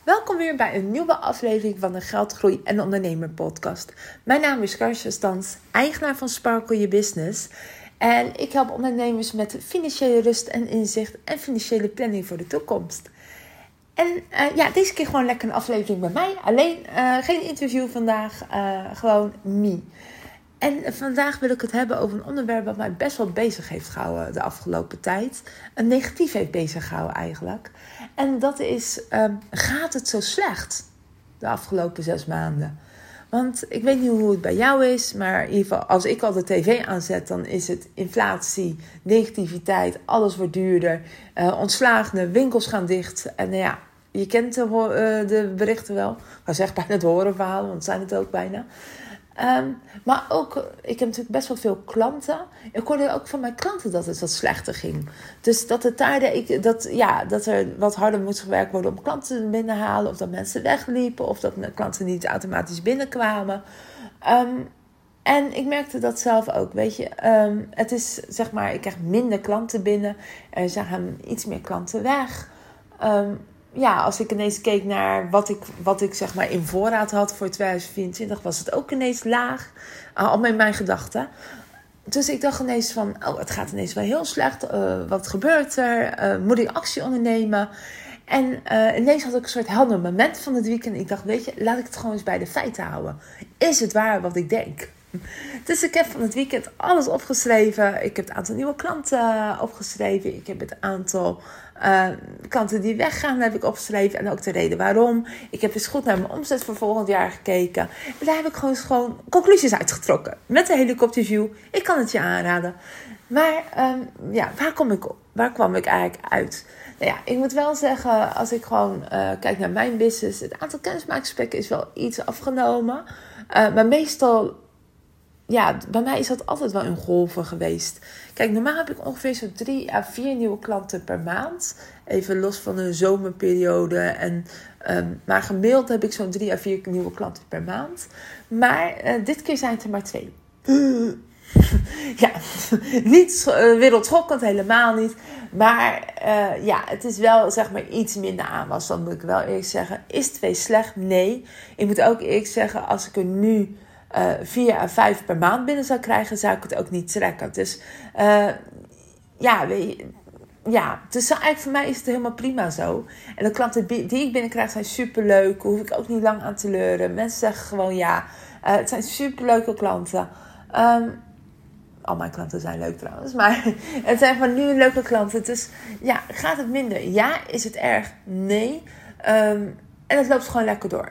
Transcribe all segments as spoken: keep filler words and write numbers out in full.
Welkom weer bij een nieuwe aflevering van de Geldgroei en Ondernemer podcast. Mijn naam is Karsja Stans, eigenaar van Sparkle Your Business. En ik help ondernemers met financiële rust en inzicht en financiële planning voor de toekomst. En uh, ja, deze keer gewoon lekker een aflevering bij mij. Alleen uh, geen interview vandaag, uh, gewoon me. En vandaag wil ik het hebben over een onderwerp wat mij best wel bezig heeft gehouden de afgelopen tijd. Een negatief heeft bezig gehouden eigenlijk. En dat is, um, gaat het zo slecht de afgelopen zes maanden? Want ik weet niet hoe het bij jou is, maar in ieder geval als ik al de tv aanzet, dan is het inflatie, negativiteit, alles wordt duurder, uh, ontslagenen, winkels gaan dicht. En uh, ja, je kent de, uh, de berichten wel. Ik ga zeggen bijna het horenverhaal, want het zijn het ook bijna. Um, maar ook, ik heb natuurlijk best wel veel klanten. Ik hoorde ook van mijn klanten dat het wat slechter ging. Dus dat, het daar de, dat, ja, dat er wat harder moest gewerkt worden om klanten binnen te halen. Of dat mensen wegliepen. Of dat klanten niet automatisch binnenkwamen. Um, en ik merkte dat zelf ook, weet je. Um, het is, zeg maar, ik krijg minder klanten binnen. Er gaan iets meer klanten weg. Um, Ja, als ik ineens keek naar wat ik, wat ik zeg maar in voorraad had voor tweeduizend vierentwintig, was het ook ineens laag. Uh, al in mijn gedachten. Dus ik dacht ineens van, oh, het gaat ineens wel heel slecht. Uh, wat gebeurt er? Uh, moet ik actie ondernemen? En uh, ineens had ik een soort helder moment van het weekend. Ik dacht, weet je, laat ik het gewoon eens bij de feiten houden. Is het waar wat ik denk? Dus ik heb van het weekend alles opgeschreven. Ik heb het aantal nieuwe klanten opgeschreven. Ik heb het aantal uh, klanten die weggaan heb ik opgeschreven. En ook de reden waarom. Ik heb eens goed naar mijn omzet voor volgend jaar gekeken. En daar heb ik gewoon, gewoon conclusies uitgetrokken. Met een helikopterview. Ik kan het je aanraden. Maar um, ja, waar, kom ik op? Waar kwam ik eigenlijk uit? Nou ja, ik moet wel zeggen, als ik gewoon uh, kijk naar mijn business. Het aantal kennismakingsgesprekken is wel iets afgenomen. Uh, maar meestal... Ja, bij mij is dat altijd wel in golven geweest. Kijk, normaal heb ik ongeveer zo'n drie à vier nieuwe klanten per maand. Even los van de zomerperiode. En, um, maar gemiddeld heb ik zo'n drie à vier nieuwe klanten per maand. Maar uh, dit keer zijn het er maar twee. Ja, niet uh, wereldschokkend, helemaal niet. Maar uh, ja, het is wel zeg maar iets minder aanwas. Dan moet ik wel eerlijk zeggen. Is twee slecht? Nee. Ik moet ook eerlijk zeggen, als ik er nu... Uh, vier à vijf per maand binnen zou krijgen, zou ik het ook niet trekken. Dus uh, ja, weet je, ja, dus eigenlijk voor mij is het helemaal prima zo. En de klanten die ik binnenkrijg zijn superleuk. Hoef ik ook niet lang aan te leuren. Mensen zeggen gewoon ja. Uh, het zijn superleuke klanten. Um, al mijn klanten zijn leuk trouwens. Maar het zijn van nu leuke klanten. Dus ja, gaat het minder? Ja. Is het erg? Nee. Um, en het loopt gewoon lekker door.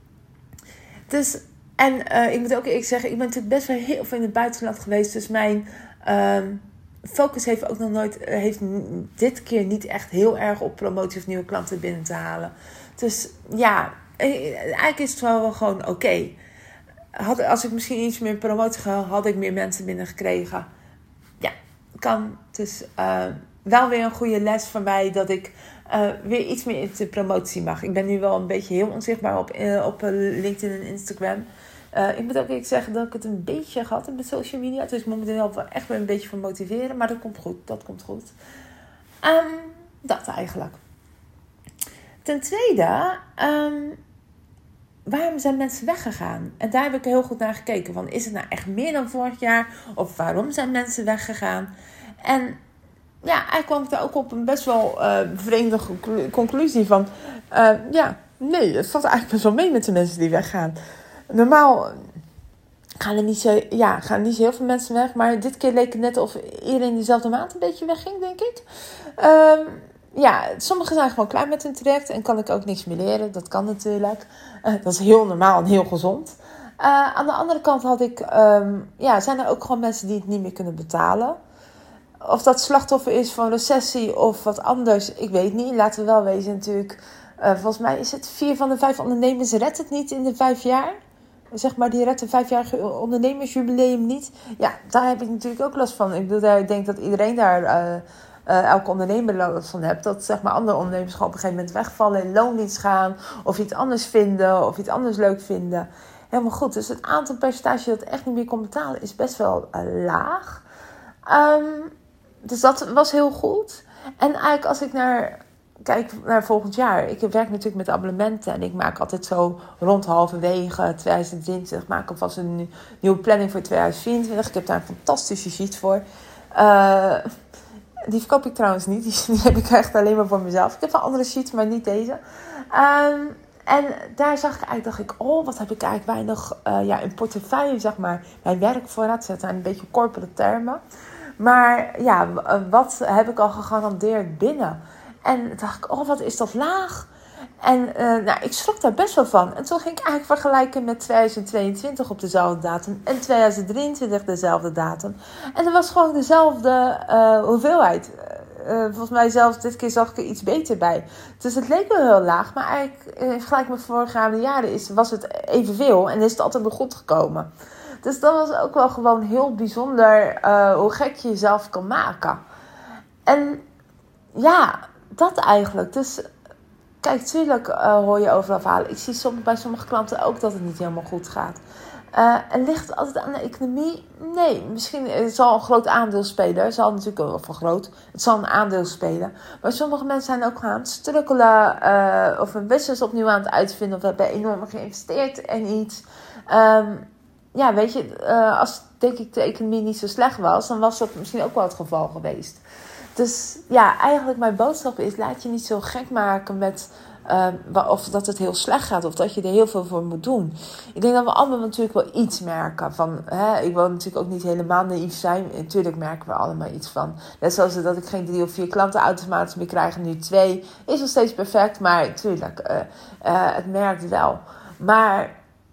Dus... En uh, ik moet ook eerlijk zeggen, ik ben natuurlijk best wel heel veel in het buitenland geweest. Dus mijn um, focus heeft ook nog nooit, uh, heeft dit keer niet echt heel erg op promotie of nieuwe klanten binnen te halen. Dus ja, eigenlijk is het wel gewoon oké. Okay. Als ik misschien iets meer promotie had, had ik meer mensen binnengekregen. Ja, kan. Dus uh, wel weer een goede les van mij dat ik uh, weer iets meer in de promotie mag. Ik ben nu wel een beetje heel onzichtbaar op, uh, op LinkedIn en Instagram. Uh, ik moet ook eerlijk zeggen dat ik het een beetje gehad heb met social media. Dus ik moet me er wel echt weer een beetje van motiveren. Maar dat komt goed. Dat komt goed. Um, dat eigenlijk. Ten tweede, um, waarom zijn mensen weggegaan? En daar heb ik heel goed naar gekeken. Van, is het nou echt meer dan vorig jaar? Of waarom zijn mensen weggegaan? En ja, eigenlijk kwam ik daar ook op een best wel uh, vreemde conclusie van... Uh, ja, nee, het valt eigenlijk best wel mee met de mensen die weggaan. Normaal gaan er niet zo, ja, gaan niet zo heel veel mensen weg. Maar dit keer leek het net of iedereen dezelfde maand een beetje wegging, denk ik. Um, ja, sommigen zijn gewoon klaar met hun traject. En kan ik ook niks meer leren. Dat kan natuurlijk. Uh, dat is heel normaal en heel gezond. Uh, aan de andere kant had ik, um, ja, zijn er ook gewoon mensen die het niet meer kunnen betalen. Of dat slachtoffer is van recessie of wat anders, ik weet niet. Laten we wel wezen natuurlijk. Uh, volgens mij is het vier van de vijf ondernemers redt het niet in de vijf jaar. Zeg maar, die redt een vijfjarig ondernemersjubileum niet. Ja, daar heb ik natuurlijk ook last van. Ik bedoel, ik denk dat iedereen daar, uh, uh, elke ondernemer last van hebt. Dat zeg maar andere ondernemers gewoon op een gegeven moment wegvallen, in loondienst gaan. Of iets anders vinden, of iets anders leuk vinden. Helemaal goed. Dus het aantal percentage dat echt niet meer kon betalen is best wel uh, laag. Um, dus dat was heel goed. En eigenlijk als ik naar kijk naar volgend jaar. Ik werk natuurlijk met abonnementen. En ik maak altijd zo rond halverwege twintig drieëntwintig. Maak alvast een nieuwe planning voor twintig vierentwintig. Ik heb daar een fantastische sheet voor. Uh, die verkoop ik trouwens niet. Die, die heb ik echt alleen maar voor mezelf. Ik heb wel andere sheets, maar niet deze. Um, en daar zag ik eigenlijk, dacht ik, oh, wat heb ik eigenlijk weinig uh, ja, in portefeuille, zeg maar. Mijn werkvoorraad, dat zijn een beetje corporate termen. Maar ja, wat heb ik al gegarandeerd binnen? En dacht ik, oh, wat is dat laag? En uh, nou, ik schrok daar best wel van. En toen ging ik eigenlijk vergelijken met twintig tweeëntwintig op dezelfde datum. En twintig drieëntwintig dezelfde datum. En dat was gewoon dezelfde uh, hoeveelheid. Uh, volgens mij zelfs dit keer zag ik er iets beter bij. Dus het leek wel heel laag. Maar eigenlijk in vergelijking met voorgaande jaren is, was het evenveel. En is het altijd weer goed gekomen. Dus dat was ook wel gewoon heel bijzonder uh, hoe gek je jezelf kan maken. En ja, dat eigenlijk. Dus kijk, tuurlijk uh, hoor je overal verhalen. Ik zie soms bij sommige klanten ook dat het niet helemaal goed gaat. Uh, en ligt het altijd aan de economie? Nee, misschien het zal een groot aandeel spelen. Het zal natuurlijk wel van groot. Het zal een aandeel spelen. Maar sommige mensen zijn ook gaan strukkelen. Uh, of een business opnieuw aan het uitvinden. Of hebben enorm geïnvesteerd in iets. Um, ja, weet je, uh, als denk ik de economie niet zo slecht was, dan was dat misschien ook wel het geval geweest. Dus ja, eigenlijk mijn boodschap is, laat je niet zo gek maken met uh, of dat het heel slecht gaat of dat je er heel veel voor moet doen. Ik denk dat we allemaal natuurlijk wel iets merken van, hè, ik wil natuurlijk ook niet helemaal naïef zijn. Natuurlijk merken we allemaal iets van. Net zoals dat ik geen drie of vier klanten automatisch meer krijg en nu twee, is nog steeds perfect, maar natuurlijk, uh, uh, het merkt wel. Maar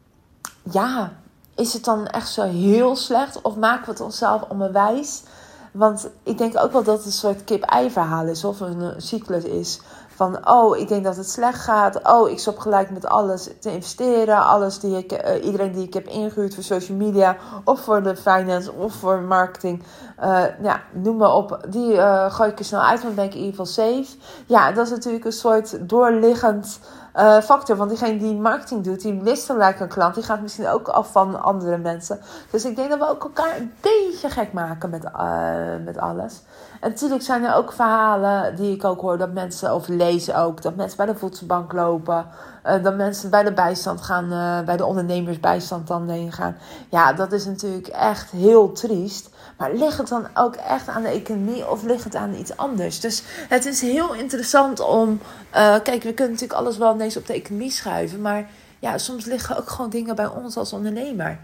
ja, is het dan echt zo heel slecht? Of maken we het onszelf onwijs? Want ik denk ook wel dat het een soort kip-ei verhaal is. Of een cyclus is. Van, oh, ik denk dat het slecht gaat. Oh, ik stop gelijk met alles te investeren. Alles die ik, uh, iedereen die ik heb ingehuurd voor social media. Of voor de finance. Of voor marketing. Uh, ja, noem maar op. Die uh, gooi ik er snel uit. Want dan ben ik in ieder geval safe. Ja, dat is natuurlijk een soort doorliggend Uh, factor, want diegene die marketing doet, die mist dan lijkt een klant, die gaat misschien ook af van andere mensen. Dus ik denk dat we ook elkaar een beetje gek maken met, uh, met alles. En natuurlijk zijn er ook verhalen die ik ook hoor, dat mensen, of lezen ook, dat mensen bij de voedselbank lopen, uh, dat mensen bij de bijstand gaan, uh, bij de ondernemersbijstand dan heen gaan. Ja, dat is natuurlijk echt heel triest. Maar ligt het dan ook echt aan de economie of ligt het aan iets anders? Dus het is heel interessant om... Uh, kijk, we kunnen natuurlijk alles wel ineens op de economie schuiven. Maar ja, soms liggen ook gewoon dingen bij ons als ondernemer.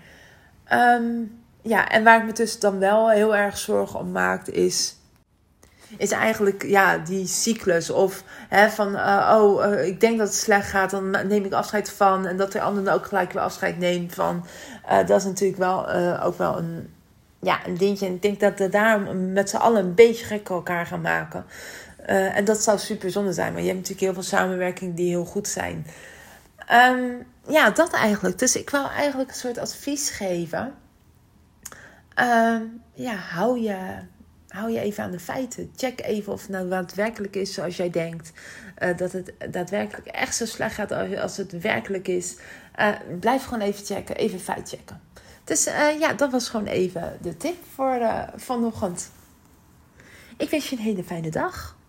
Um, ja, en waar ik me dus dan wel heel erg zorgen om maak is... is eigenlijk ja, die cyclus. Of hè, van, uh, oh, uh, ik denk dat het slecht gaat, dan neem ik afscheid van. En dat de ander dan ook gelijk weer afscheid neemt van. Uh, dat is natuurlijk wel uh, ook wel een... Ja, een dingetje. En ik denk dat we daarom met z'n allen een beetje gek elkaar gaan maken. Uh, en dat zou super zonde zijn. Maar je hebt natuurlijk heel veel samenwerking die heel goed zijn. Um, ja, dat eigenlijk. Dus ik wil eigenlijk een soort advies geven. Um, ja, hou je, hou je even aan de feiten. Check even of het nou daadwerkelijk is zoals jij denkt. Uh, dat het daadwerkelijk echt zo slecht gaat als, als het werkelijk is. Uh, blijf gewoon even checken. Even feit checken. Dus uh, ja, dat was gewoon even de tip voor uh, vanochtend. Ik wens je een hele fijne dag.